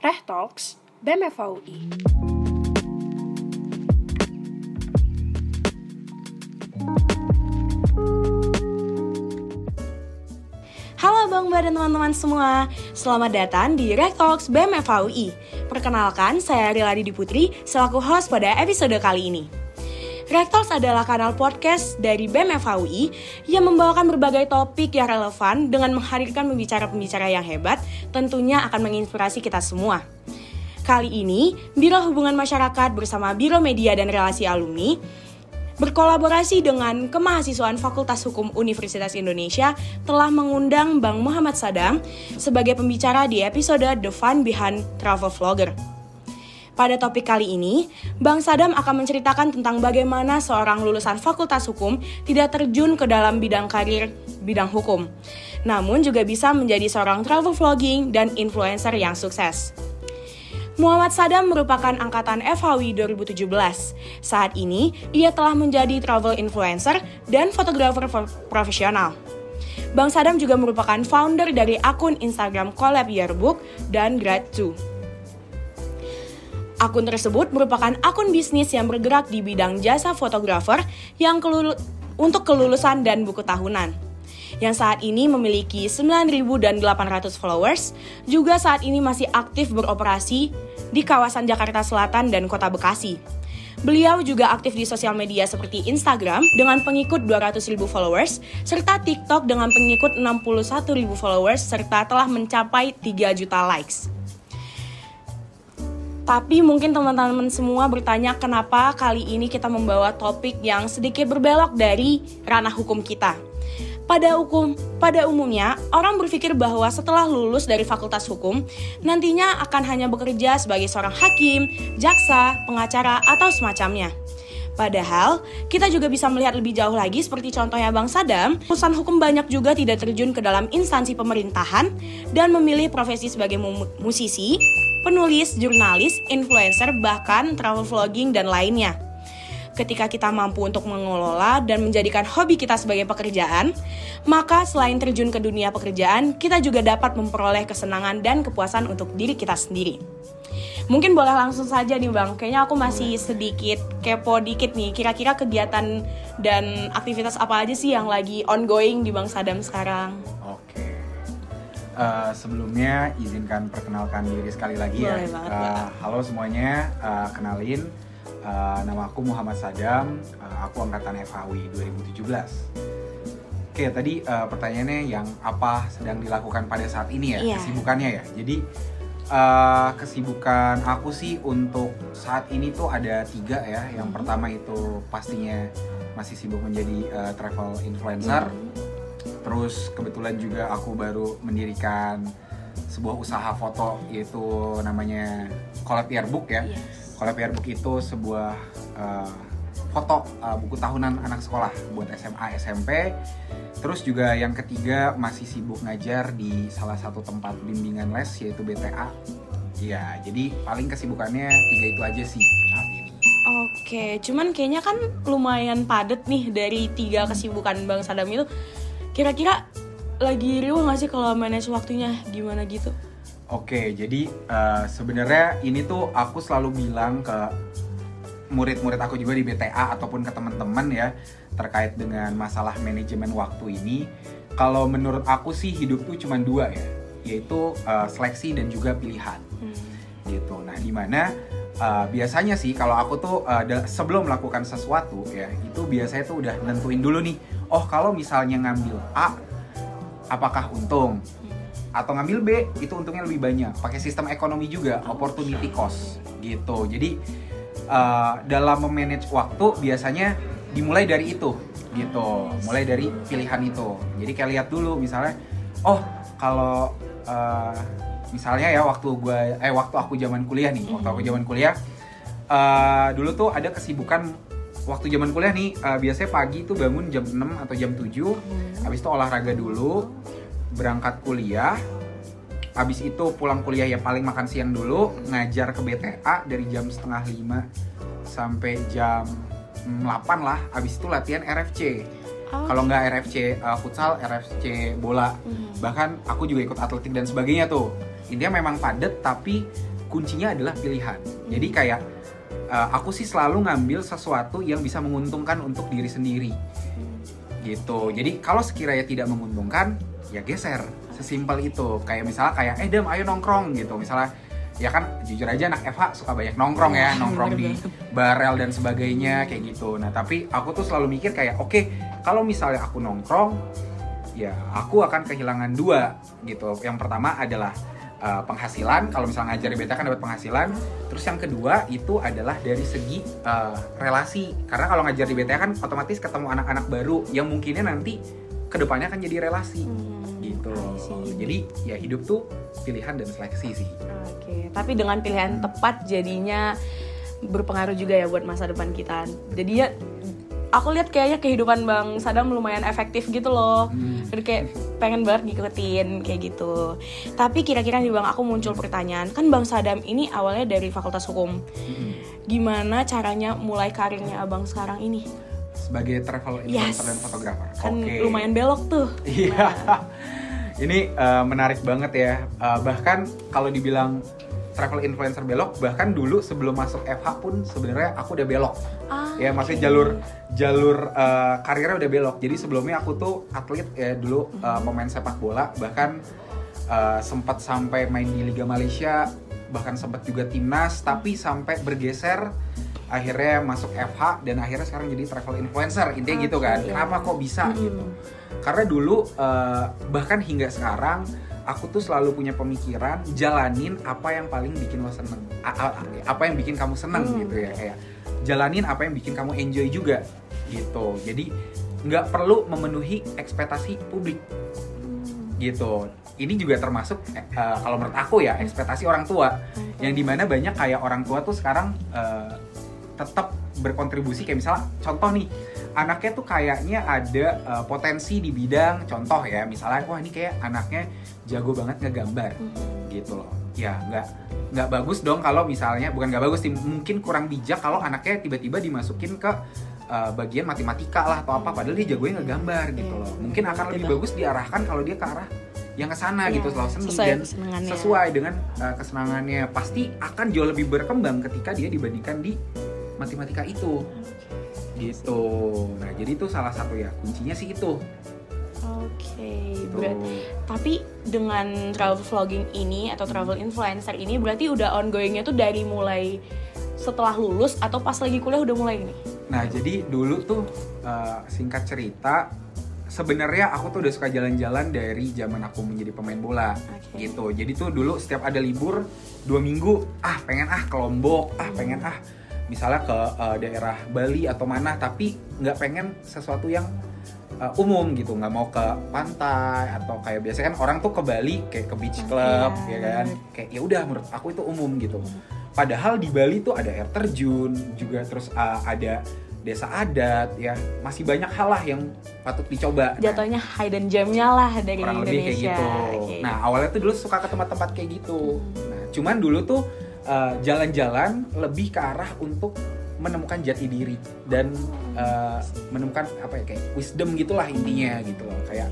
Reh Talks BEM FAUI. Halo Bang Ba dan teman-teman semua, selamat datang di Reh Talks BEM FAUI. Perkenalkan, saya Riladi Putri selaku host pada episode kali ini. Reh Talks adalah kanal podcast dari BEM FAUI yang membawakan berbagai topik yang relevan dengan menghadirkan pembicara-pembicara yang hebat, tentunya akan menginspirasi kita semua. Kali ini, Biro Hubungan Masyarakat bersama Biro Media dan Relasi Alumni berkolaborasi dengan Kemahasiswaan Fakultas Hukum Universitas Indonesia telah mengundang Bang Muhammad Sadam sebagai pembicara di episode The Fun Behind Travel Vlogger. Pada topik kali ini, Bang Sadam akan menceritakan tentang bagaimana seorang lulusan Fakultas Hukum tidak terjun ke dalam bidang karir bidang hukum, namun juga bisa menjadi seorang travel vlogging dan influencer yang sukses. Muhammad Sadam merupakan angkatan FHUI 2017. Saat ini, ia telah menjadi travel influencer dan fotografer profesional. Bang Sadam juga merupakan founder dari akun Instagram Collab Yearbook dan Grad2. Akun tersebut merupakan akun bisnis yang bergerak di bidang jasa fotografer yang untuk kelulusan dan buku tahunan. Yang saat ini memiliki 9.800 followers, juga saat ini masih aktif beroperasi di kawasan Jakarta Selatan dan Kota Bekasi. Beliau juga aktif di sosial media seperti Instagram dengan pengikut 200.000 followers, serta TikTok dengan pengikut 61.000 followers, serta telah mencapai 3 juta likes. Tapi mungkin teman-teman semua bertanya kenapa kali ini kita membawa topik yang sedikit berbelok dari ranah hukum kita. Pada umumnya, orang berpikir bahwa setelah lulus dari fakultas hukum, nantinya akan hanya bekerja sebagai seorang hakim, jaksa, pengacara, atau semacamnya. Padahal, kita juga bisa melihat lebih jauh lagi seperti contohnya Bang Sadam, lulusan hukum banyak juga tidak terjun ke dalam instansi pemerintahan dan memilih profesi sebagai musisi, penulis, jurnalis, influencer, bahkan travel vlogging dan lainnya. Ketika kita mampu untuk mengelola dan menjadikan hobi kita sebagai pekerjaan, maka selain terjun ke dunia pekerjaan, kita juga dapat memperoleh kesenangan dan kepuasan untuk diri kita sendiri. Mungkin boleh langsung saja nih Bang, kayaknya aku masih sedikit kepo dikit nih, kira-kira kegiatan dan aktivitas apa aja sih yang lagi ongoing di Bang Sadam sekarang? Oke, sebelumnya izinkan perkenalkan diri sekali lagi. Boleh ya. banget, Halo semuanya, kenalin. Nama aku Muhammad Sadam, aku angkatan FHUI 2017. Oke, tadi pertanyaannya yang apa sedang dilakukan pada saat ini ya, Iya. Kesibukannya ya. Jadi kesibukan aku sih untuk saat ini tuh ada 3 ya. Yang pertama itu pastinya masih sibuk menjadi travel influencer. Terus kebetulan juga aku baru mendirikan sebuah usaha foto yaitu namanya Collab Yearbook ya. Yes. Collab Yearbook itu sebuah foto buku tahunan anak sekolah buat SMA, SMP. Terus juga yang ketiga masih sibuk ngajar di salah satu tempat bimbingan les yaitu BTA. Ya, jadi paling kesibukannya 3 itu aja sih saat ini. Oke, cuman kayaknya kan lumayan padat nih dari 3 kesibukan Bang Sadam itu. Kira-kira lagi riuh gak sih kalau manage waktunya gimana gitu? Oke, jadi sebenarnya ini tuh aku selalu bilang ke murid-murid aku juga di BTA ataupun ke teman-teman ya terkait dengan masalah manajemen waktu ini. Kalau menurut aku sih hidup tuh cuma 2 ya, yaitu seleksi dan juga pilihan. Gitu. Nah, dimana biasanya sih kalau aku tuh sebelum melakukan sesuatu ya, itu biasanya tuh udah nentuin dulu nih. Oh, kalau misalnya ngambil A, apakah untung? Atau ngambil B, itu untungnya lebih banyak. Pakai sistem ekonomi juga, opportunity cost gitu. Jadi dalam memanage waktu biasanya dimulai dari itu gitu. Mulai dari pilihan itu. Jadi kayak lihat dulu misalnya, oh kalau misalnya ya waktu aku zaman kuliah nih, dulu tuh ada kesibukan waktu zaman kuliah nih, biasanya pagi tuh bangun jam 6 atau jam 7, habis itu olahraga dulu, berangkat kuliah, habis itu pulang kuliah ya paling makan siang dulu, ngajar ke BTA dari jam 4:30 sampai jam 8 lah, habis itu latihan RFC. Kalau nggak RFC futsal, RFC bola. Bahkan aku juga ikut atletik dan sebagainya tuh. Intinya memang padat, tapi kuncinya adalah pilihan. Jadi kayak aku sih selalu ngambil sesuatu yang bisa menguntungkan untuk diri sendiri gitu. Jadi kalau sekiranya tidak menguntungkan, ya geser. Sesimpel itu. Kayak misalnya kayak Dam ayo nongkrong gitu. Misalnya ya kan jujur aja anak FH suka banyak nongkrong ya, nongkrong di barel dan sebagainya kayak gitu. Nah tapi aku tuh selalu mikir kayak oke, kalau misalnya aku nongkrong, ya aku akan kehilangan dua gitu. Yang pertama adalah penghasilan, kalau misalnya ngajar di BTA kan dapat penghasilan. Terus yang kedua itu adalah dari segi relasi, karena kalau ngajar di BTA kan otomatis ketemu anak-anak baru yang mungkinnya nanti kedepannya akan jadi relasi gitu. Jadi ya hidup tuh pilihan dan seleksi sih. Oke, tapi dengan pilihan tepat jadinya berpengaruh juga ya buat masa depan kita. Jadi ya aku lihat kayaknya kehidupan Bang Sadam lumayan efektif gitu loh. Jadi kayak pengen banget ngikutin kayak gitu. Tapi kira-kira nih Bang, aku muncul pertanyaan. Kan Bang Sadam ini awalnya dari Fakultas Hukum. Gimana caranya mulai karirnya Abang sekarang ini? Sebagai travel influencer dan fotografer. Kan lumayan belok tuh. Iya. Ini menarik banget ya. Bahkan kalau dibilang travel influencer belok, bahkan dulu sebelum masuk FH pun sebenarnya aku udah belok. Ya maksudnya jalur karirnya udah belok. Jadi sebelumnya aku tuh atlet ya dulu, pemain sepak bola, bahkan sempat sampai main di Liga Malaysia, bahkan sempat juga timnas, tapi sampai bergeser akhirnya masuk FH dan akhirnya sekarang jadi travel influencer. Intinya gitu kan. Kenapa kok bisa gitu? Karena dulu bahkan hingga sekarang aku tuh selalu punya pemikiran jalanin apa yang paling bikin lo seneng, apa yang bikin kamu seneng gitu ya, kayak jalanin apa yang bikin kamu enjoy juga gitu. Jadi nggak perlu memenuhi ekspektasi publik gitu. Ini juga termasuk kalau menurut aku ya ekspektasi orang tua, yang dimana banyak kayak orang tua tuh sekarang tetap berkontribusi. Kayak misalnya contoh nih, anaknya tuh kayaknya ada potensi di bidang, contoh ya misalnya wah ini kayak anaknya jago banget ngegambar gitu loh. Ya nggak bagus dong kalau misalnya, bukan nggak bagus sih, mungkin kurang bijak kalau anaknya tiba-tiba dimasukin ke bagian matematika lah atau apa, padahal dia jagonya ngegambar gitu loh. Mungkin akan lebih bagus diarahkan kalau dia ke arah yang kesana gitu, selalu seni dan sesuai dengan kesenangannya. Pasti akan jauh lebih berkembang ketika dia dibandingkan di matematika itu gitu. Nah jadi itu salah satu ya kuncinya sih itu. Gitu. Tapi dengan travel vlogging ini atau travel influencer ini berarti udah ongoingnya tuh dari mulai setelah lulus atau pas lagi kuliah udah mulai nih? Nah jadi dulu tuh singkat cerita sebenarnya aku tuh udah suka jalan-jalan dari zaman aku menjadi pemain bola gitu. Jadi tuh dulu setiap ada libur 2 minggu pengen ke Lombok, pengen misalnya ke daerah Bali atau mana, tapi nggak pengen sesuatu yang umum gitu, nggak mau ke pantai atau kayak biasanya kan orang tuh ke Bali kayak ke beach club ya kan, kayak ya udah menurut aku itu umum gitu. Padahal di Bali tuh ada air terjun juga, terus ada desa adat ya, masih banyak hal lah yang patut dicoba. Jatuhnya hidden gem-nya lah dari kurang Indonesia. Lebih kayak gitu. Nah awalnya tuh dulu suka ke tempat-tempat kayak gitu. Nah cuman dulu tuh jalan-jalan lebih ke arah untuk menemukan jati diri dan menemukan apa ya, kayak wisdom gitulah intinya gitu loh. Kayak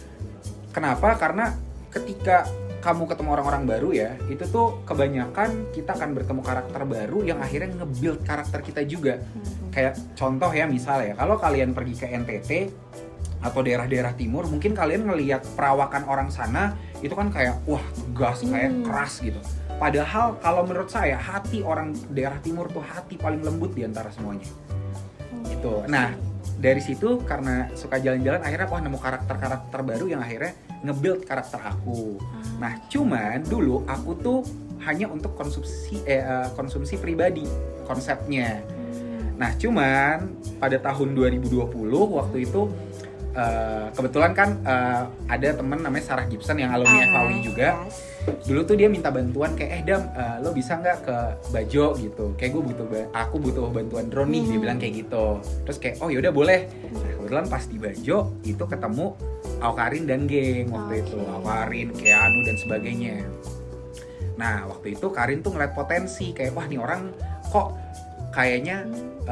kenapa? Karena ketika kamu ketemu orang-orang baru ya, itu tuh kebanyakan kita akan bertemu karakter baru yang akhirnya nge-build karakter kita juga. Kayak contoh ya, misal ya, kalau kalian pergi ke NTT atau daerah-daerah timur, mungkin kalian ngelihat perawakan orang sana itu kan kayak wah tegas, kayak keras gitu. Padahal kalau menurut saya hati orang daerah timur tuh hati paling lembut di antara semuanya. Gitu. Nah, dari situ karena suka jalan-jalan akhirnya wah nemu karakter-karakter baru yang akhirnya nge-build karakter aku. Nah, cuman dulu aku tuh hanya untuk konsumsi pribadi konsepnya. Nah, cuman pada tahun 2020 waktu itu kebetulan kan ada temen namanya Sarah Gibson yang alumni FAUI juga. Dulu tuh dia minta bantuan kayak Dam, lo bisa nggak ke Bajo gitu, kayak aku butuh bantuan drone nih, dia bilang kayak gitu. Terus kayak oh yaudah boleh. Nah kebetulan pas di Bajo itu ketemu Aukarin dan geng waktu itu, Aukarin, Keanu dan sebagainya. Nah waktu itu Karin tuh ngeliat potensi kayak wah nih orang kok kayaknya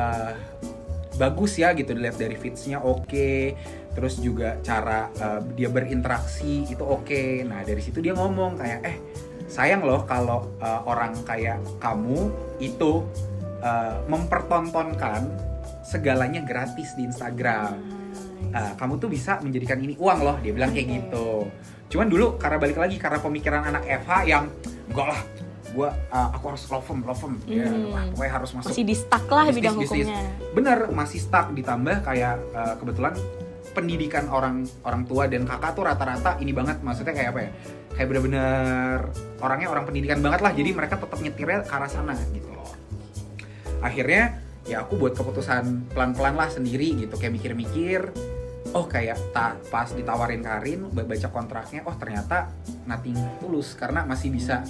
bagus ya gitu, dilihat dari feeds-nya oke. Terus juga cara dia berinteraksi itu oke. Nah dari situ dia ngomong kayak sayang loh kalau orang kayak kamu itu mempertontonkan segalanya gratis di Instagram. Kamu tuh bisa menjadikan ini uang loh, dia bilang kayak gitu. Cuman dulu karena balik lagi karena pemikiran anak FH yang enggak lah, aku harus law firm ya, pokoknya harus masuk. Masih di stuck lah bidang bisnis. hukumnya. Bener, masih stuck, ditambah kayak kebetulan pendidikan orang tua dan kakak tuh rata-rata ini banget, maksudnya kayak apa ya? Kayak bener-bener orangnya orang pendidikan banget lah, jadi mereka tetap nyetirnya ke arah sana gitu loh. Akhirnya ya aku buat keputusan pelan-pelan lah sendiri gitu, kayak mikir-mikir. Oh kayak pas ditawarin Karin, baca kontraknya, oh ternyata nothing tulus karena masih bisa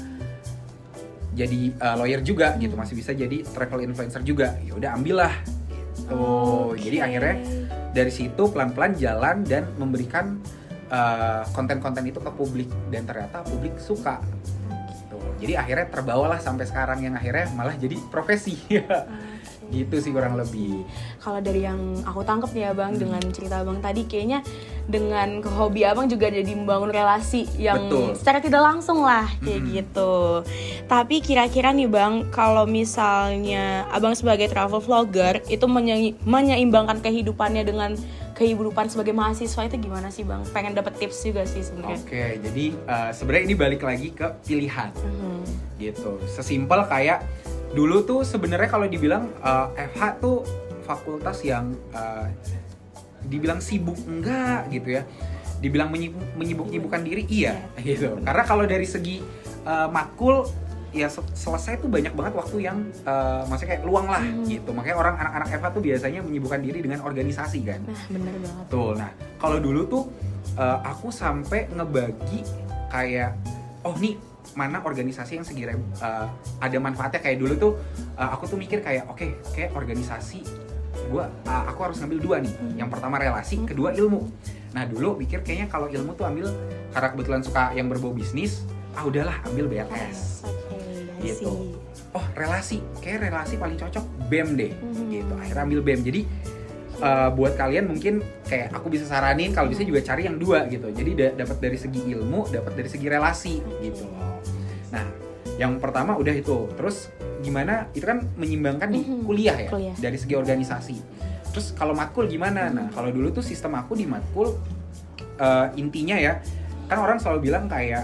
jadi lawyer juga gitu, masih bisa jadi travel influencer juga. Ya udah ambillah gitu. Jadi akhirnya dari situ pelan-pelan jalan dan memberikan konten-konten itu ke publik dan ternyata publik suka. Gitu. Jadi akhirnya terbawalah sampai sekarang yang akhirnya malah jadi profesi. Gitu sih kurang lebih. Kalau dari yang aku tangkep nih Abang, dengan cerita Abang tadi kayaknya dengan hobi Abang juga jadi membangun relasi yang secara tidak langsung lah kayak gitu. Tapi kira-kira nih Bang, kalau misalnya Abang sebagai travel vlogger itu menyeimbangkan kehidupannya dengan kehidupan sebagai mahasiswa itu gimana sih Bang? Pengen dapet tips juga sih sebenarnya. Oke, jadi sebenarnya ini balik lagi ke pilihan. Gitu. Sesimpel kayak dulu tuh sebenarnya kalau dibilang FH tuh fakultas yang dibilang sibuk enggak gitu ya, dibilang menyibuk-nyibukkan diri iya gitu. Karena kalau dari segi matkul ya selesai tuh banyak banget waktu yang maksudnya kayak luang lah gitu. Makanya anak-anak FH tuh biasanya menyibukkan diri dengan organisasi kan. Nah bener banget. Tuh, nah kalau dulu tuh aku sampai ngebagi kayak nih mana organisasi yang sekiranya ada manfaatnya. Kayak dulu tuh aku tuh mikir kayak oke, kayak organisasi aku harus ngambil 2 nih. Yang pertama relasi, kedua ilmu. Nah dulu pikir kayaknya kalau ilmu tuh ambil karena kebetulan suka yang berbau bisnis, udahlah ambil BLS. Gitu. Oh relasi, kayak relasi paling cocok BEM deh. Gitu. Akhirnya ambil BEM. Jadi buat kalian mungkin kayak aku bisa saranin kalau bisa juga cari yang 2 gitu. Jadi dapat dari segi ilmu, dapat dari segi relasi gitu. Nah, yang pertama udah itu. Terus gimana? Itu kan menyimbangkan di kuliah ya, dari segi organisasi. Terus kalau matkul gimana? Nah, kalau dulu tuh sistem aku di matkul intinya ya, kan orang selalu bilang kayak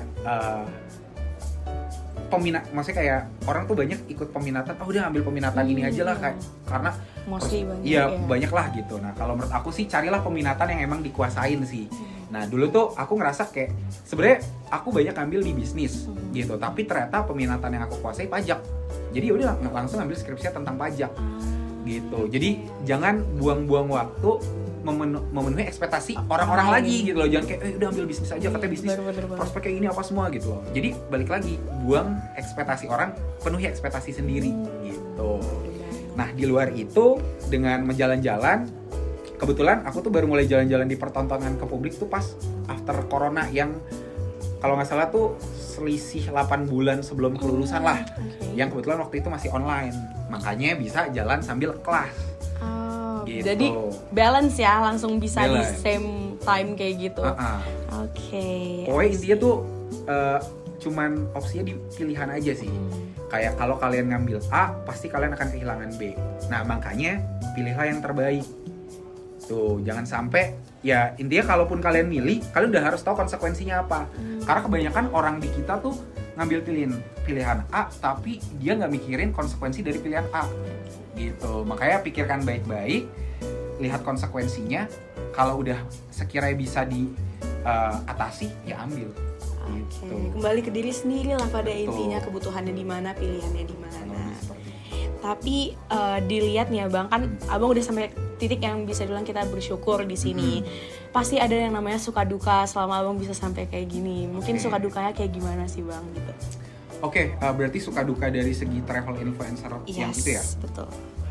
maksudnya kayak orang tuh banyak ikut peminatan. Udah ambil peminatan ini aja lah kayak karena banyak lah gitu. Nah, kalau menurut aku sih carilah peminatan yang emang dikuasain sih. Nah, dulu tuh aku ngerasa kayak sebenarnya aku banyak ambil di bisnis gitu, tapi ternyata peminatan yang aku kuasai pajak. Jadi udah langsung ambil skripsi tentang pajak. Gitu. Jadi jangan buang-buang waktu memenuhi ekspektasi orang-orang lagi gitu loh. Jangan kayak udah ambil bisnis aja, katanya bisnis prospeknya ini apa semua gitu loh. Jadi balik lagi, buang ekspektasi orang, penuhi ekspektasi sendiri gitu. Nah, di luar itu dengan menjalan-jalan, kebetulan aku tuh baru mulai jalan-jalan di pertontonan ke publik tuh pas after corona yang kalau nggak salah tuh selisih 8 bulan sebelum kelulusan lah. Yang kebetulan waktu itu masih online, makanya bisa jalan sambil kelas. Gitu. Jadi balance ya, langsung bisa di same time kayak gitu. Pokoknya intinya tuh cuman opsinya di pilihan aja sih. Kayak kalau kalian ngambil A, pasti kalian akan kehilangan B. Nah makanya pilihlah yang terbaik. Tuh, jangan sampai ya intinya kalaupun kalian milih, kalian udah harus tahu konsekuensinya apa. Karena kebanyakan orang di kita tuh ngambil pilihan A, tapi dia nggak mikirin konsekuensi dari pilihan A. Gitu. Makanya pikirkan baik-baik, lihat konsekuensinya. Kalau udah sekiranya bisa diatasi, ya ambil. Gitu. Kembali ke diri sendiri lah pada intinya, kebutuhannya di mana, pilihannya di mana. Tapi dilihat nih Abang, kan Abang udah sampai titik yang bisa bilang kita bersyukur di sini. Pasti ada yang namanya suka duka selama Abang bisa sampai kayak gini. Mungkin suka dukanya kayak gimana sih Bang gitu? Berarti suka duka dari segi travel influencer yang itu ya? Betul.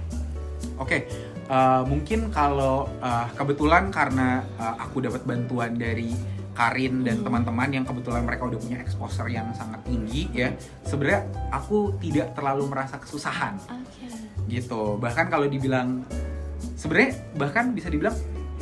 Mungkin kalau kebetulan karena aku dapat bantuan dari Karin dan teman-teman yang kebetulan mereka udah punya exposure yang sangat tinggi ya, sebenarnya aku tidak terlalu merasa kesusahan gitu. Bahkan kalau dibilang sebenarnya bahkan bisa dibilang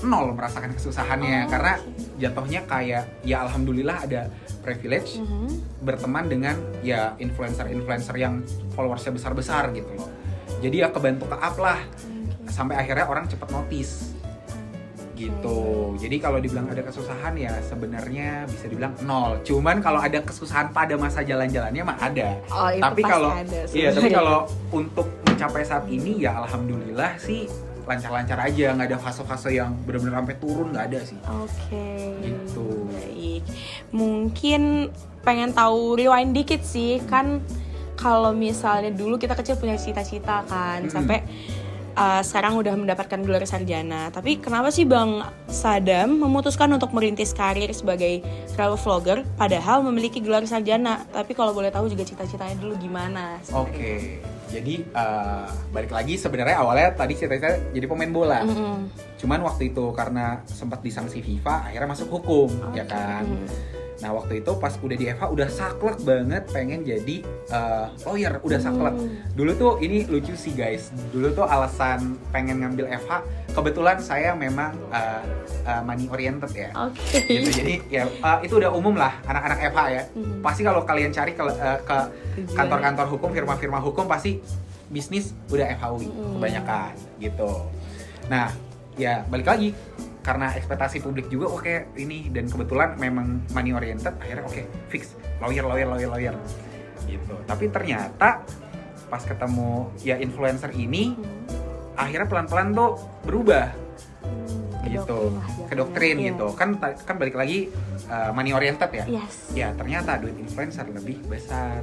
nol merasakan kesusahannya karena jatuhnya kayak ya alhamdulillah ada privilege berteman dengan ya influencer yang followersnya besar gitu loh. Jadi ya kebantu ke up lah sampai akhirnya orang cepet notice gitu. Jadi kalau dibilang ada kesusahan ya sebenarnya bisa dibilang nol. Cuman kalau ada kesusahan pada masa jalan-jalannya mah ada. Tapi kalau untuk mencapai saat ini ya alhamdulillah sih lancar-lancar aja, nggak ada fase-fase yang benar-benar sampai turun, nggak ada sih. Gitu. Baik. Mungkin pengen tahu rewind dikit sih, kan kalau misalnya dulu kita kecil punya cita-cita kan, sampai sekarang udah mendapatkan gelar sarjana. Tapi kenapa sih Bang Sadam memutuskan untuk merintis karir sebagai travel vlogger padahal memiliki gelar sarjana? Tapi kalau boleh tahu juga cita-citanya dulu gimana? Oke. Jadi balik lagi sebenarnya awalnya tadi cita-cita jadi pemain bola. Cuman waktu itu karena sempat disanksi FIFA akhirnya masuk hukum, ya kan. Nah waktu itu pas udah di FH udah saklek banget pengen jadi lawyer, udah saklek. Dulu tuh ini lucu sih guys. Dulu tuh alasan pengen ngambil FH kebetulan saya memang money oriented ya. Gitu. Jadi ya itu udah umum lah anak-anak FH ya. Pasti kalau kalian cari ke kantor-kantor hukum, firma-firma hukum pasti bisnis udah FHUI kebanyakan gitu. Nah, ya balik lagi karena ekspektasi publik juga oke, ini dan kebetulan memang money oriented akhirnya oke, fix lawyer gitu. Tapi ternyata pas ketemu ya influencer ini akhirnya pelan-pelan tuh berubah gitu, ke doktrin gitu. Kan balik lagi money oriented ya. Ya ternyata duit influencer lebih besar.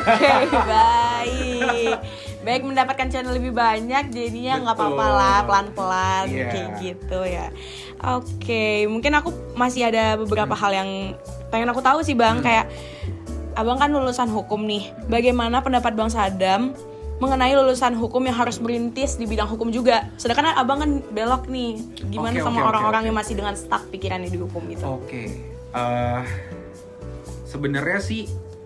Baik mendapatkan channel lebih banyak jadinya nggak apa-apa lah, pelan-pelan kayak gitu ya. Mungkin aku masih ada beberapa hal yang pengen aku tahu sih Bang. Kayak Abang kan lulusan hukum nih, bagaimana pendapat Bang Sadam mengenai lulusan hukum yang harus merintis di bidang hukum juga? Sedangkan Abang kan belok nih, gimana sama orang-orang yang masih dengan stuck pikirannya di hukum gitu? Sebenarnya sih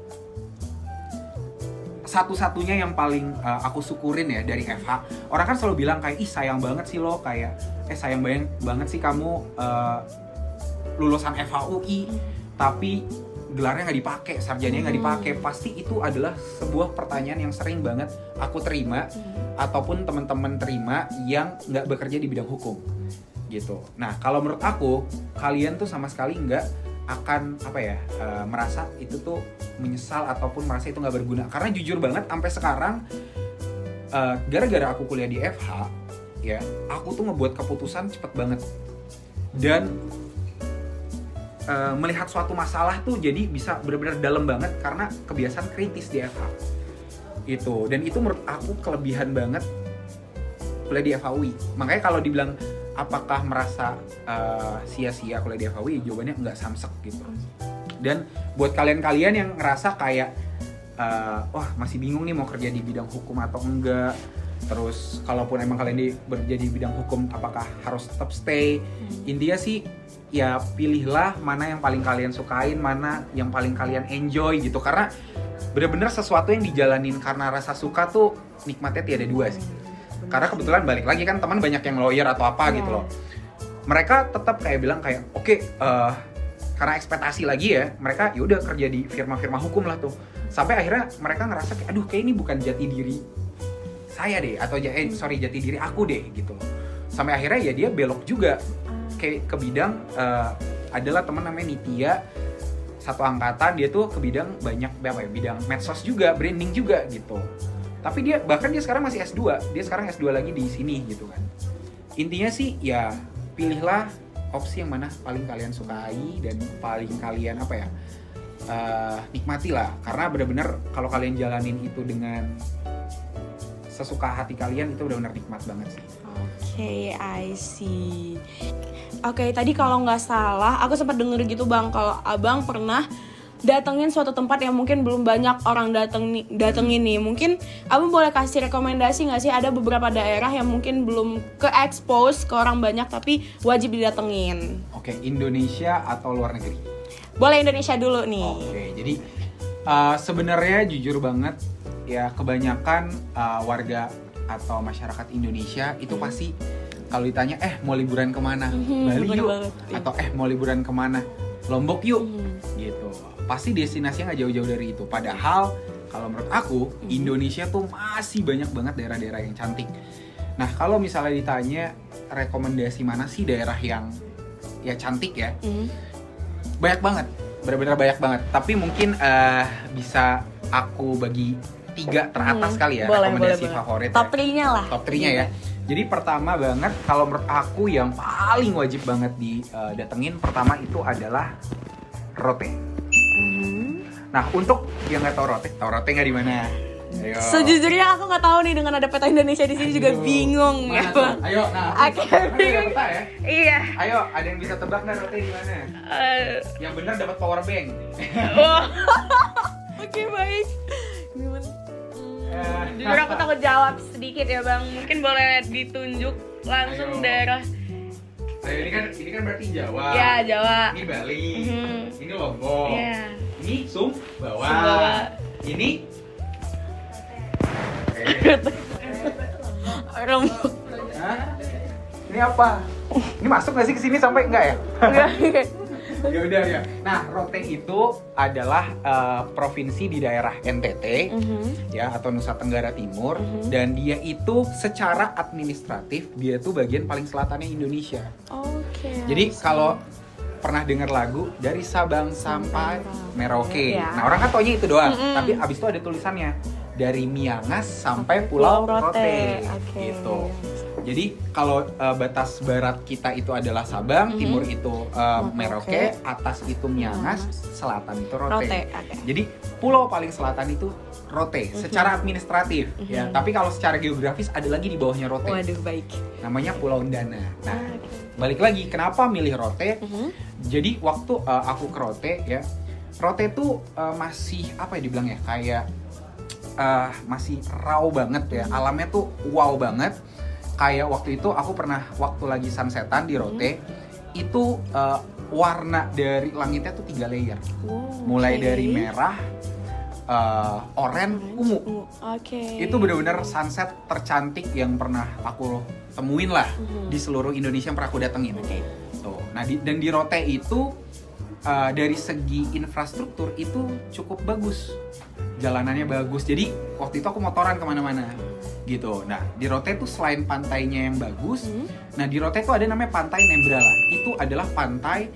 satu-satunya yang paling aku syukurin ya dari FH, orang kan selalu bilang kayak ih sayang banget sih lo, kayak sayang banget sih kamu lulusan FHUI tapi gelarnya nggak dipakai, sarjananya nggak dipakai. Pasti itu adalah sebuah pertanyaan yang sering banget aku terima ataupun teman-teman terima yang nggak bekerja di bidang hukum gitu. Nah kalau menurut aku kalian tuh sama sekali nggak akan merasa itu tuh menyesal ataupun merasa itu nggak berguna, karena jujur banget sampai sekarang gara-gara aku kuliah di FH ya, aku tuh ngebuat keputusan cepet banget dan melihat suatu masalah tuh jadi bisa benar-benar dalam banget karena kebiasaan kritis di FH itu. Dan itu menurut aku kelebihan banget kuliah di FHUI. Makanya kalau dibilang apakah merasa sia-sia kuliah di FHUI, jawabannya enggak, samsek gitu. Dan buat kalian-kalian yang ngerasa kayak wah masih bingung nih mau kerja di bidang hukum atau enggak, terus kalaupun emang kalian bekerja di bidang hukum apakah harus tetap stay, intinya sih ya pilihlah mana yang paling kalian sukain, mana yang paling kalian enjoy gitu. Karena bener-bener sesuatu yang dijalanin karena rasa suka tuh nikmatnya tiada dua sih. Karena kebetulan balik lagi kan teman banyak yang lawyer atau apa gitu loh, mereka tetap kayak bilang kayak oke, karena ekspektasi lagi ya, mereka yaudah kerja di firma-firma hukum lah tuh. Sampai akhirnya mereka ngerasa kayak aduh kayak ini bukan jati diri saya deh, atau jati diri aku deh gitu. Sampai akhirnya ya dia belok juga kayak ke bidang adalah teman namanya Nitya, satu angkatan, dia tuh ke bidang bidang medsos juga, branding juga gitu. Tapi dia sekarang masih S2, dia sekarang S2 lagi di sini gitu kan. Intinya sih ya pilihlah opsi yang mana paling kalian sukai dan paling kalian nikmati lah. Karena benar-benar kalau kalian jalanin itu dengan sesuka hati kalian itu benar-benar nikmat banget sih. I see. Tadi kalau nggak salah aku sempat denger gitu Bang, kalau Abang pernah datengin suatu tempat yang mungkin belum banyak orang datengin nih. Mungkin Abang boleh kasih rekomendasi nggak sih, ada beberapa daerah yang mungkin belum ke-expose ke orang banyak tapi wajib didatengin? Indonesia atau luar negeri? Boleh Indonesia dulu nih. Jadi sebenarnya jujur banget ya, kebanyakan warga atau masyarakat Indonesia itu pasti kalau ditanya mau liburan kemana, Bali bener yuk, banget, iya. atau mau liburan kemana, Lombok yuk, gitu. Pasti destinasinya nggak jauh-jauh dari itu. Padahal kalau menurut aku Indonesia tuh masih banyak banget daerah-daerah yang cantik. Nah kalau misalnya ditanya rekomendasi mana sih daerah yang ya cantik ya, banyak banget, benar-benar banyak banget. Tapi mungkin bisa aku bagi 3 teratas kali ya, rekomendasi favorit. Top 3-nya lah. Top 3-nya ya. Jadi pertama banget, kalau menurut aku yang paling wajib banget didatengin pertama itu adalah Rote. Nah untuk yang nggak tahu Rote nggak di mana? Ayo. Sejujurnya aku nggak tahu nih, dengan ada peta Indonesia di sini juga bingung ya. Ayo, nah, Oke. ada peta ya? Iya. Ayo, ada yang bisa tebak nggak Rote di mana? Yang benar dapat power bank. Oke, baik. Gimana? Jujur aku takut jawab sedikit ya Bang. Mungkin boleh ditunjuk langsung daerah. Ayo, ini kan berarti Jawa. Ya, Jawa. Ini Bali. Ini Lombok. Iya. Ini Sumbawa. Ini Lombok. Hah? Ini apa? Ini masuk nggak sih ke sini sampai enggak ya? Enggak. Ya udah ya. Nah, Rote itu adalah provinsi di daerah NTT ya, atau Nusa Tenggara Timur, dan dia itu secara administratif dia tuh bagian paling selatannya Indonesia. Oke. Jadi kalau pernah dengar lagu dari Sabang sampai Merauke. Ya. Nah, orang kan taunya itu doang, tapi abis itu ada tulisannya dari Miangas sampai Pulau Rote. Gitu. Jadi kalau batas barat kita itu adalah Sabang, timur itu Merauke, atas itu Miangas, selatan itu Rote. Jadi pulau paling selatan itu Rote secara administratif ya. Tapi kalau secara geografis ada lagi di bawahnya Rote. Waduh, baik. Namanya Pulau Ndana. Nah, balik lagi kenapa milih Rote? Jadi waktu aku ke Rote ya, Rote tuh masih apa ya dibilang ya, kayak masih raw banget ya. Alamnya tuh wow banget. Kayak waktu itu aku pernah waktu lagi sunsetan di Rote, itu warna dari langitnya tuh 3 layer. Mulai dari merah, oranye, ungu. Itu benar-benar sunset tercantik yang pernah aku temuin lah di seluruh Indonesia yang pernah aku datengin. Tuh. Nah, dan di Rote itu dari segi infrastruktur itu cukup bagus. Jalanannya bagus. Jadi waktu itu aku motoran kemana-mana gitu. Nah, di Rote tuh selain pantainya yang bagus, nah di Rote tuh ada namanya Pantai Nembrala. Itu adalah pantai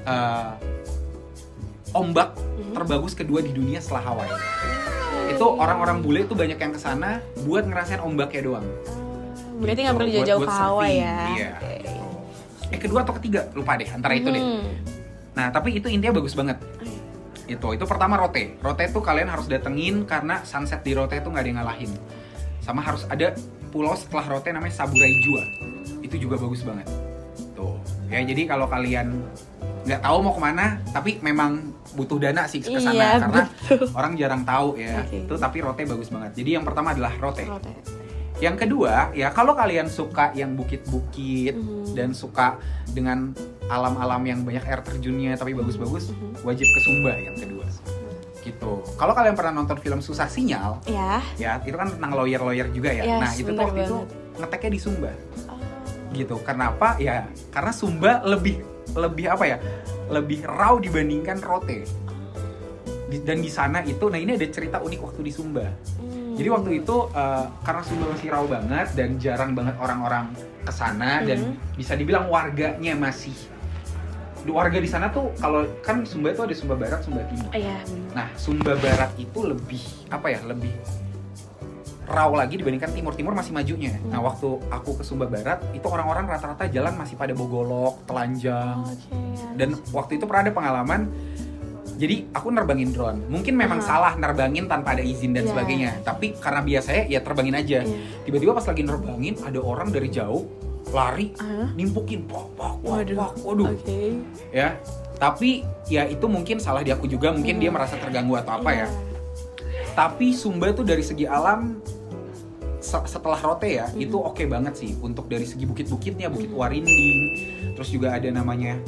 ombak terbagus kedua di dunia setelah Hawaii. Itu orang-orang bule tuh banyak yang kesana buat ngerasain ombaknya doang. Berarti nggak perlu jauh-jauh ke Hawaii ya? Iya. Kedua atau ketiga, lupa deh, antara itu deh. Nah, tapi itu intinya bagus banget. Itu pertama Rote. Rote tuh kalian harus datengin karena sunset di Rote tuh nggak ada yang ngalahin. Sama harus ada pulau setelah Rote namanya Saburai Jua. Itu juga bagus banget. Tuh. Ya jadi kalau kalian nggak tahu mau kemana, tapi memang butuh dana sih ke sana karena orang jarang tahu ya. Itu tapi Rote bagus banget. Jadi yang pertama adalah Rote. Yang kedua, ya kalau kalian suka yang bukit-bukit dan suka dengan alam-alam yang banyak air terjunnya tapi bagus-bagus, wajib ke Sumba yang kedua. Gitu. Kalau kalian pernah nonton film Susah Sinyal, ya itu kan tentang lawyer juga ya. Nah, itu tuh waktu itu ngeteknya di Sumba. Gitu. Kenapa? Ya karena Sumba lebih apa ya? Lebih raw dibandingkan Rote. Dan di sana itu, nah ini ada cerita unik waktu di Sumba. Jadi waktu itu karena Sumba masih raw banget dan jarang banget orang-orang kesana dan bisa dibilang warganya masih warga di sana tuh, kalau kan Sumba itu ada Sumba Barat, Sumba Timur. Nah, Sumba Barat itu lebih apa ya? Lebih raw lagi dibandingkan Timur. Timur masih majunya. Nah, waktu aku ke Sumba Barat itu orang-orang rata-rata jalan masih pada bogolok, telanjang. Dan waktu itu pernah ada pengalaman. Jadi aku nerbangin drone. Mungkin memang salah nerbangin tanpa ada izin dan sebagainya. Tapi karena biasanya ya terbangin aja. Tiba-tiba pas lagi nerbangin ada orang dari jauh lari, nimpukin, waduh. Ya, tapi ya itu mungkin salah di aku juga. Mungkin dia merasa terganggu atau apa ya. Tapi Sumba tuh dari segi alam setelah Rote ya, itu oke banget sih. Untuk dari segi bukit-bukitnya, Bukit Warinding. Terus juga ada namanya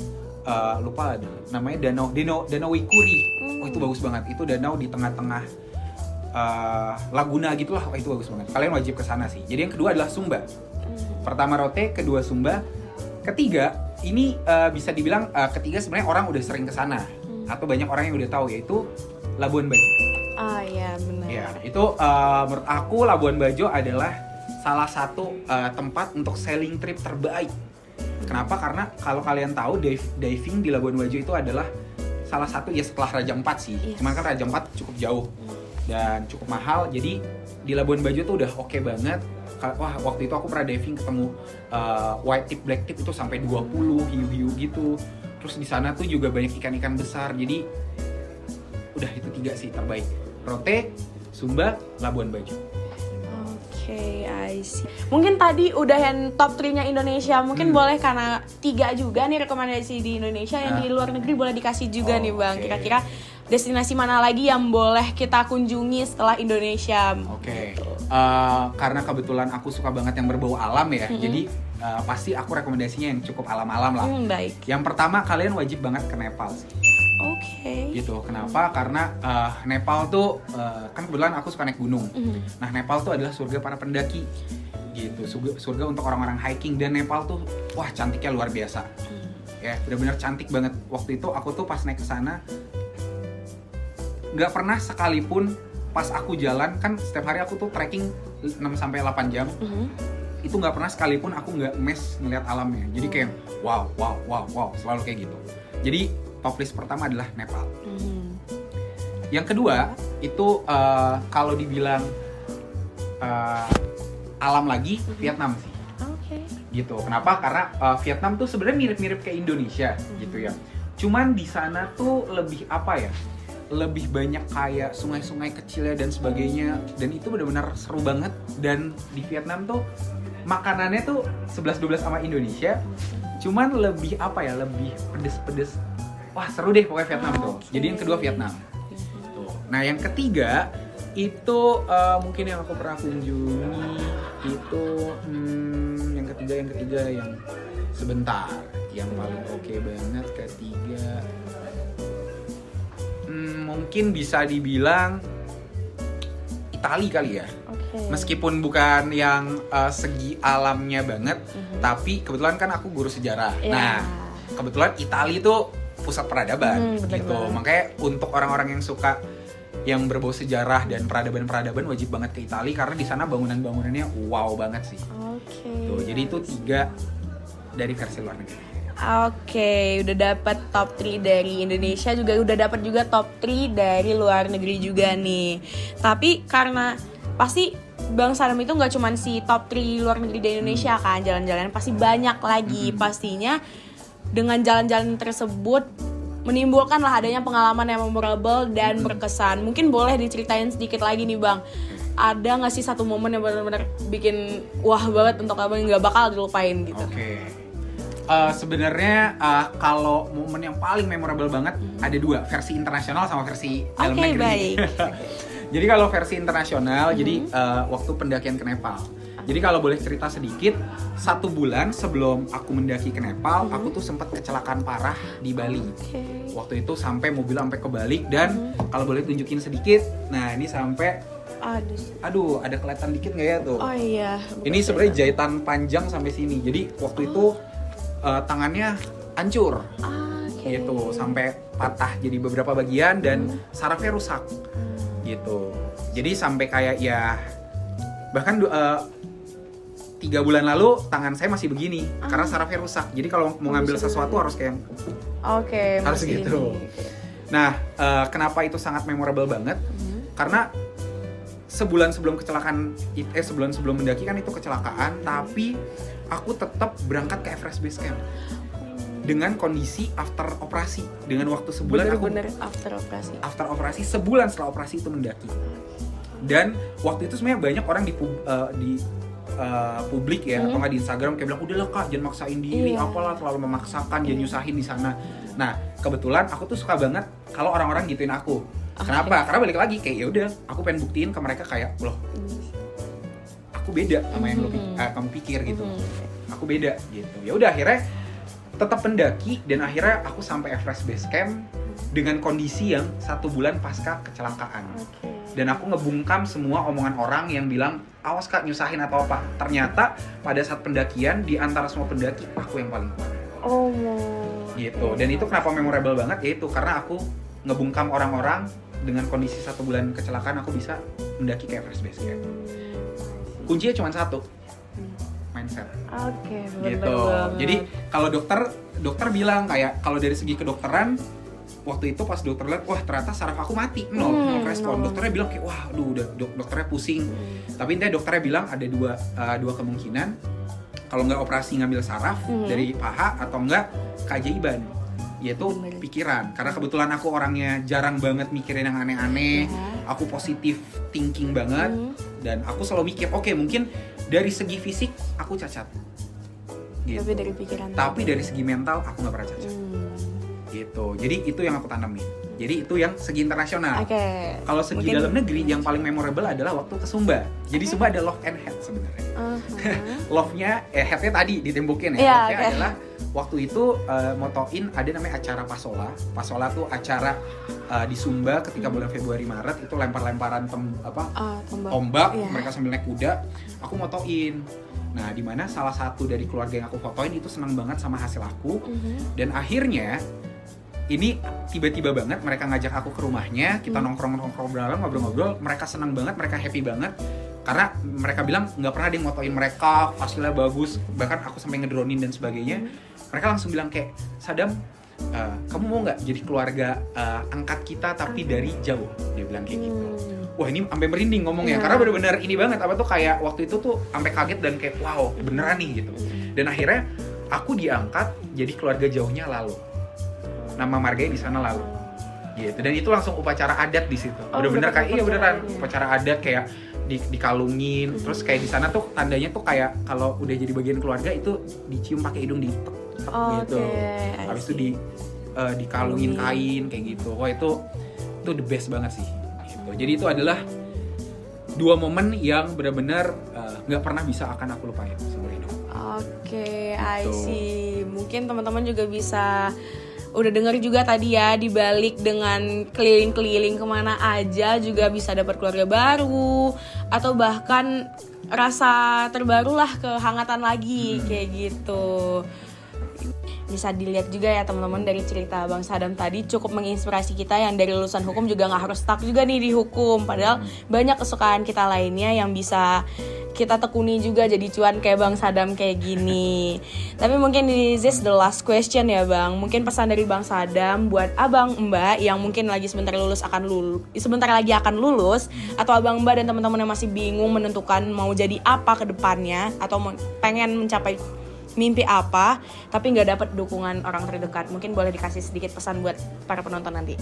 lupa namanya Danau Wikuri. Oh itu bagus banget. Itu danau di tengah-tengah Laguna gitulah, itu bagus banget. Kalian wajib ke sana sih. Jadi yang kedua adalah Sumba. Pertama Rote, kedua Sumba, ketiga ini bisa dibilang ketiga sebenarnya orang udah sering ke sana atau banyak orang yang udah tahu, yaitu Labuan Bajo. Ah iya benar. Ya, itu menurut aku Labuan Bajo adalah salah satu tempat untuk sailing trip terbaik. Kenapa? Karena kalau kalian tahu diving di Labuan Bajo itu adalah salah satu, ya setelah Raja Ampat sih. Yes. Cuman kan Raja Ampat cukup jauh dan cukup mahal. Jadi di Labuan Bajo tuh udah oke banget. Wah, waktu itu aku pernah diving ketemu white tip, black tip itu sampai 20 hiu-hiu gitu. Terus di sana tuh juga banyak ikan-ikan besar. Jadi udah itu 3 sih terbaik. Rote, Sumba, Labuan Bajo. Oke, I see. Mungkin tadi udah yang top 3-nya Indonesia. Mungkin boleh karena 3 juga nih rekomendasi di Indonesia, yang di luar negeri boleh dikasih juga nih Bang. Oke. Kira-kira destinasi mana lagi yang boleh kita kunjungi setelah Indonesia? Oke. Gitu. Karena kebetulan aku suka banget yang berbau alam ya. Jadi pasti aku rekomendasinya yang cukup alam-alam lah. Baik. Yang pertama, kalian wajib banget ke Nepal sih. Oke. Gitu. Kenapa? Karena Nepal tuh kan kebetulan aku suka naik gunung. Nah, Nepal tuh adalah surga para pendaki. Gitu. Surga untuk orang-orang hiking, dan Nepal tuh wah cantiknya luar biasa. Ya, benar-benar cantik banget. Waktu itu aku tuh pas naik ke sana nggak pernah sekalipun pas aku jalan, kan setiap hari aku tuh trekking 6-8 jam. Itu nggak pernah sekalipun aku nggak mes ngeliat alamnya. Jadi kayak wow, selalu kayak gitu. Jadi top list pertama adalah Nepal. Yang kedua itu kalau dibilang alam lagi, Vietnam sih. Oke. Gitu. Kenapa? Karena Vietnam tuh sebenarnya mirip-mirip kayak Indonesia gitu ya. Cuman di sana tuh lebih apa ya? Lebih banyak kayak sungai-sungai kecilnya dan sebagainya, dan itu benar-benar seru banget. Dan di Vietnam tuh makanannya tuh 11-12 sama Indonesia, cuman lebih apa ya, lebih pedes-pedes. Wah seru deh pokoknya Vietnam tuh. Jadi yang kedua Vietnam. Tuh. Nah yang ketiga itu mungkin yang aku pernah kunjungi itu yang ketiga yang sebentar, yang paling oke banget ketiga. Mungkin bisa dibilang Itali kali ya. Meskipun bukan yang segi alamnya banget, tapi kebetulan kan aku guru sejarah. Nah, kebetulan Itali itu pusat peradaban gitu. Makanya untuk orang-orang yang suka yang berbau sejarah dan peradaban-peradaban wajib banget ke Itali, karena di sana bangunan-bangunannya wow banget sih. Tuh, jadi itu 3 dari versi luar negeri. Oke, udah dapat top 3 dari Indonesia, juga udah dapat juga top 3 dari luar negeri juga nih. Tapi karena pasti Bang Sadam itu nggak cuma si top 3 luar negeri dari Indonesia kan, jalan-jalan pasti banyak lagi. Pastinya dengan jalan-jalan tersebut menimbulkan lah adanya pengalaman yang memorable dan berkesan. Mungkin boleh diceritain sedikit lagi nih Bang. Ada nggak sih satu momen yang benar-benar bikin wah banget untuk Abang, nggak bakal dilupain gitu? Oke. Sebenarnya kalau momen yang paling memorable banget ada 2, versi internasional sama versi dalam negeri. Baik. Jadi kalau versi internasional, jadi waktu pendakian ke Nepal. Jadi kalau boleh cerita sedikit, 1 bulan sebelum aku mendaki ke Nepal, aku tuh sempat kecelakaan parah di Bali. Waktu itu sampai mobil sampai kebalik, dan kalau boleh tunjukin sedikit, nah ini sampai aduh ada kelihatan dikit nggak ya tuh? Oh iya. Ini sebenarnya jahitan panjang sampai sini. Jadi waktu itu tangannya hancur, gitu, sampai patah jadi beberapa bagian dan sarafnya rusak, gitu. Jadi sampai kayak ya bahkan 3 bulan lalu tangan saya masih begini karena sarafnya rusak. Jadi kalau mau ngambil sesuatu harus kayak harus gitu. Nah, kenapa itu sangat memorable banget? Karena sebulan sebelum kecelakaan, sebulan sebelum mendaki kan itu kecelakaan, tapi aku tetap berangkat ke Everest Base Camp dengan kondisi after operasi, dengan waktu sebulan. Bener-bener after operasi sebulan setelah operasi itu mendaki. Dan waktu itu sebenarnya banyak orang di publik ya, atau nggak di Instagram kayak bilang udahlah Kak, jangan maksain diri, apalah terlalu memaksakan, jangan nyusahin di sana. Nah kebetulan aku tuh suka banget kalau orang-orang gituin aku. Kenapa? Karena balik lagi kayak ya udah, aku pengen buktiin ke mereka kayak loh, aku beda sama yang kamu pikir gitu. Aku beda gitu. Ya udah akhirnya tetap pendaki, dan akhirnya aku sampai Everest Base Camp dengan kondisi yang 1 bulan pasca kecelakaan. Dan aku ngebungkam semua omongan orang yang bilang, awas Kak nyusahin atau apa. Ternyata pada saat pendakian, di antara semua pendaki, aku yang paling kuat. Oh, gitu. Dan itu kenapa memorable banget, yaitu karena aku ngebungkam orang-orang dengan kondisi 1 bulan kecelakaan, aku bisa mendaki ke Everest Base Camp. Kuncinya cuma satu, mindset. Oke, gitu. banget. Jadi kalau dokter bilang kayak kalau dari segi kedokteran, waktu itu pas dokter lihat, wah ternyata saraf aku mati, nol respon. Dokternya bilang kayak, wah aduh udah dokternya pusing. Tapi intinya dokternya bilang ada dua kemungkinan, kalau nggak operasi ngambil saraf dari paha atau nggak keajaiban, yaitu pikiran. Karena kebetulan aku orangnya jarang banget mikirin yang aneh-aneh, aku positif thinking banget, dan aku selalu mikir, oke, mungkin dari segi fisik aku cacat, gitu. Tapi dari pikiran. Tapi dari segi mental aku nggak pernah cacat. Gitu. Jadi itu yang aku tanamin. Jadi itu yang segi internasional. Kalau segi dalam negeri yang paling memorable adalah waktu ke Sumba. Jadi Sumba ada love and hate sebenarnya. Love-nya, head-nya tadi ditembokin ya. Love-nya adalah waktu itu motoin ada namanya acara Pasola. Pasola tuh acara di Sumba ketika bulan Februari Maret, itu lempar-lemparan tombak, mereka sambil naik kuda. Aku motoin. Nah, di mana salah satu dari keluarga yang aku fotoin itu senang banget sama hasil aku. Dan akhirnya ini tiba-tiba banget mereka ngajak aku ke rumahnya, kita nongkrong-nongkrong ngobrol-ngobrol, mereka senang banget, mereka happy banget. Karena mereka bilang nggak pernah ada yang motoin mereka, hasilnya bagus, bahkan aku sampai ngedronin dan sebagainya. Mereka langsung bilang kayak, Sadam, kamu mau nggak jadi keluarga angkat kita tapi dari jauh? Dia bilang kayak gitu. Wah, ini sampai merinding ngomongnya, karena benar-benar ini banget, apa tuh kayak waktu itu tuh sampai kaget dan kayak wow beneran nih gitu. Dan akhirnya aku diangkat jadi keluarga jauhnya Lalu. Nama marganya di sana Lalu. Gitu. Dan itu langsung upacara adat di situ. Bener-bener kayak beneran upacara adat kayak dikalungin, terus kayak di sana tuh tandanya tuh kayak kalau udah jadi bagian keluarga itu dicium pakai hidung ditek gitu. Habis itu dikalungin kain kayak gitu. Wah, itu the best banget sih. Gitu. Jadi itu adalah 2 momen yang benar-benar nggak pernah bisa akan aku lupain seumur hidup. I see. Mungkin teman-teman juga bisa udah denger juga tadi ya, dibalik dengan keliling-keliling kemana aja juga bisa dapat keluarga baru, atau bahkan rasa terbarulah, kehangatan lagi kayak gitu. Bisa dilihat juga ya teman-teman dari cerita Bang Sadam tadi, cukup menginspirasi kita yang dari lulusan hukum juga gak harus stuck juga nih di hukum. Padahal banyak kesukaan kita lainnya yang bisa kita tekuni juga jadi cuan kayak Bang Sadam kayak gini. Tapi mungkin this is the last question ya Bang. Mungkin pesan dari Bang Sadam buat abang mbak yang mungkin lagi sebentar lagi akan lulus, atau abang mbak dan teman-teman yang masih bingung menentukan mau jadi apa ke depannya, atau pengen mencapai mimpi apa tapi nggak dapat dukungan orang terdekat. Mungkin boleh dikasih sedikit pesan buat para penonton nanti.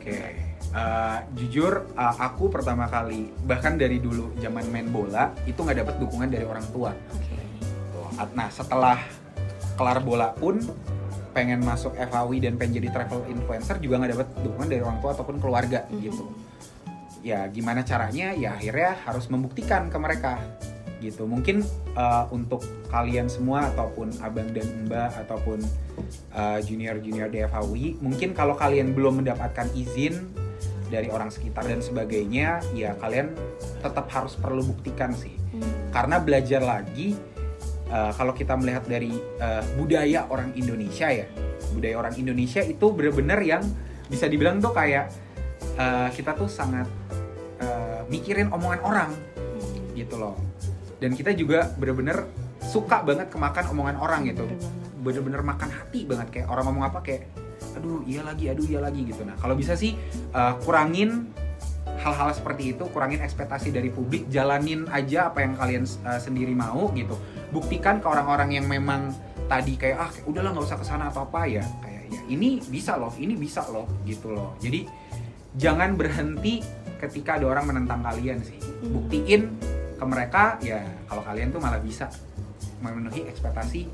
Jujur aku pertama kali, bahkan dari dulu zaman main bola itu nggak dapat dukungan dari orang tua. Nah, setelah kelar bola pun pengen masuk FAWI dan pengen jadi travel influencer juga nggak dapat dukungan dari orang tua ataupun keluarga gitu. Ya gimana caranya? Ya akhirnya harus membuktikan ke mereka gitu. Mungkin untuk kalian semua ataupun abang dan mbak ataupun junior-junior di FAWI, mungkin kalau kalian belum mendapatkan izin dari orang sekitar dan sebagainya, ya kalian tetap harus perlu buktikan sih. Karena belajar lagi, kalau kita melihat dari budaya orang Indonesia ya, budaya orang Indonesia itu benar-benar yang bisa dibilang tuh kayak kita tuh sangat mikirin omongan orang gitu loh. Dan kita juga bener-bener suka banget kemakan omongan orang gitu. Bener-bener makan hati banget, kayak orang ngomong apa kayak aduh iya lagi gitu. Nah, kalau bisa sih kurangin hal-hal seperti itu, kurangin ekspektasi dari publik, jalanin aja apa yang kalian sendiri mau gitu. Buktikan ke orang-orang yang memang tadi kayak udahlah nggak usah kesana atau apa ya, kayak ya ini bisa loh gitu loh. Jadi jangan berhenti ketika ada orang menentang kalian sih. Buktiin ke mereka ya kalau kalian tuh malah bisa memenuhi ekspektasi.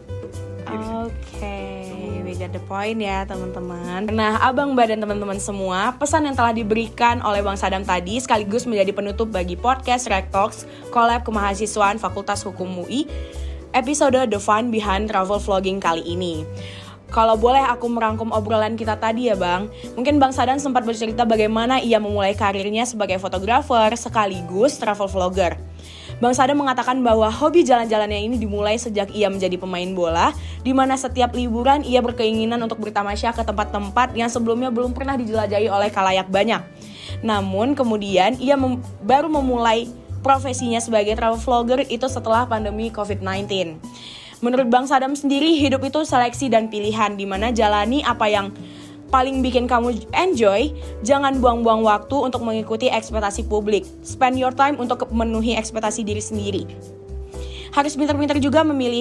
We got the point ya teman-teman. Nah, abang mbak dan teman-teman semua, pesan yang telah diberikan oleh Bang Sadam tadi sekaligus menjadi penutup bagi podcast Rek Talks Collab Kemahasiswaan Fakultas Hukum UI episode The Fun Behind Travel Vlogging kali ini. Kalau boleh aku merangkum obrolan kita tadi ya Bang, mungkin Bang Sadam sempat bercerita bagaimana ia memulai karirnya sebagai fotografer sekaligus travel vlogger. Bang Sadam mengatakan bahwa hobi jalan-jalannya ini dimulai sejak ia menjadi pemain bola, di mana setiap liburan ia berkeinginan untuk bertamasya ke tempat-tempat yang sebelumnya belum pernah dijelajahi oleh khalayak banyak. Namun kemudian ia baru memulai profesinya sebagai travel vlogger itu setelah pandemi COVID-19. Menurut Bang Sadam sendiri, hidup itu seleksi dan pilihan, di mana jalani apa yang paling bikin kamu enjoy. Jangan buang-buang waktu untuk mengikuti ekspektasi publik. Spend your time untuk memenuhi ekspektasi diri sendiri. Harus pintar-pintar juga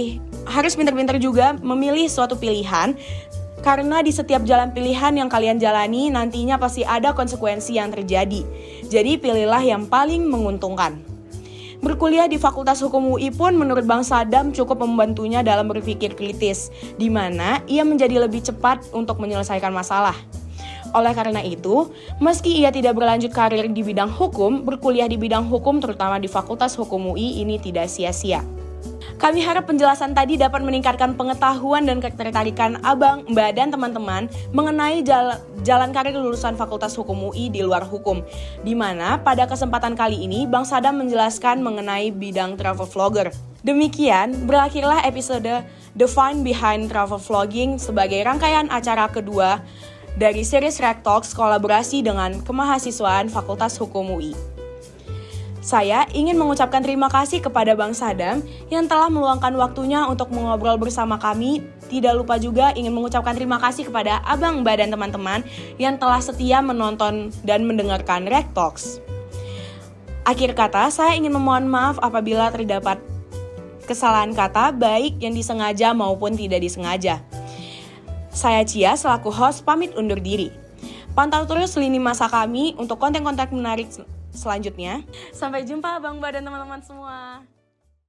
memilih suatu pilihan, karena di setiap jalan pilihan yang kalian jalani nantinya pasti ada konsekuensi yang terjadi. Jadi pilihlah yang paling menguntungkan. Berkuliah di Fakultas Hukum UI pun menurut Bang Sadam cukup membantunya dalam berpikir kritis, di mana ia menjadi lebih cepat untuk menyelesaikan masalah. Oleh karena itu, meski ia tidak berlanjut karir di bidang hukum, berkuliah di bidang hukum terutama di Fakultas Hukum UI ini tidak sia-sia. Kami harap penjelasan tadi dapat meningkatkan pengetahuan dan ketertarikan Abang, Mbak, dan teman-teman mengenai jalan karir lulusan Fakultas Hukum UI di luar hukum. Di mana pada kesempatan kali ini Bang Sadam menjelaskan mengenai bidang travel vlogger. Demikian berakhirlah episode The Fun Behind Travel Vlogging sebagai rangkaian acara kedua dari series Rek Talks kolaborasi dengan Kemahasiswaan Fakultas Hukum UI. Saya ingin mengucapkan terima kasih kepada Bang Sadam yang telah meluangkan waktunya untuk mengobrol bersama kami. Tidak lupa juga ingin mengucapkan terima kasih kepada Abang, Mbak, dan teman-teman yang telah setia menonton dan mendengarkan Rek Talks. Akhir kata, saya ingin memohon maaf apabila terdapat kesalahan kata baik yang disengaja maupun tidak disengaja. Saya Cia selaku host pamit undur diri. Pantau terus lini masa kami untuk konten-konten menarik selanjutnya. Sampai jumpa Bang Mbak dan teman-teman semua.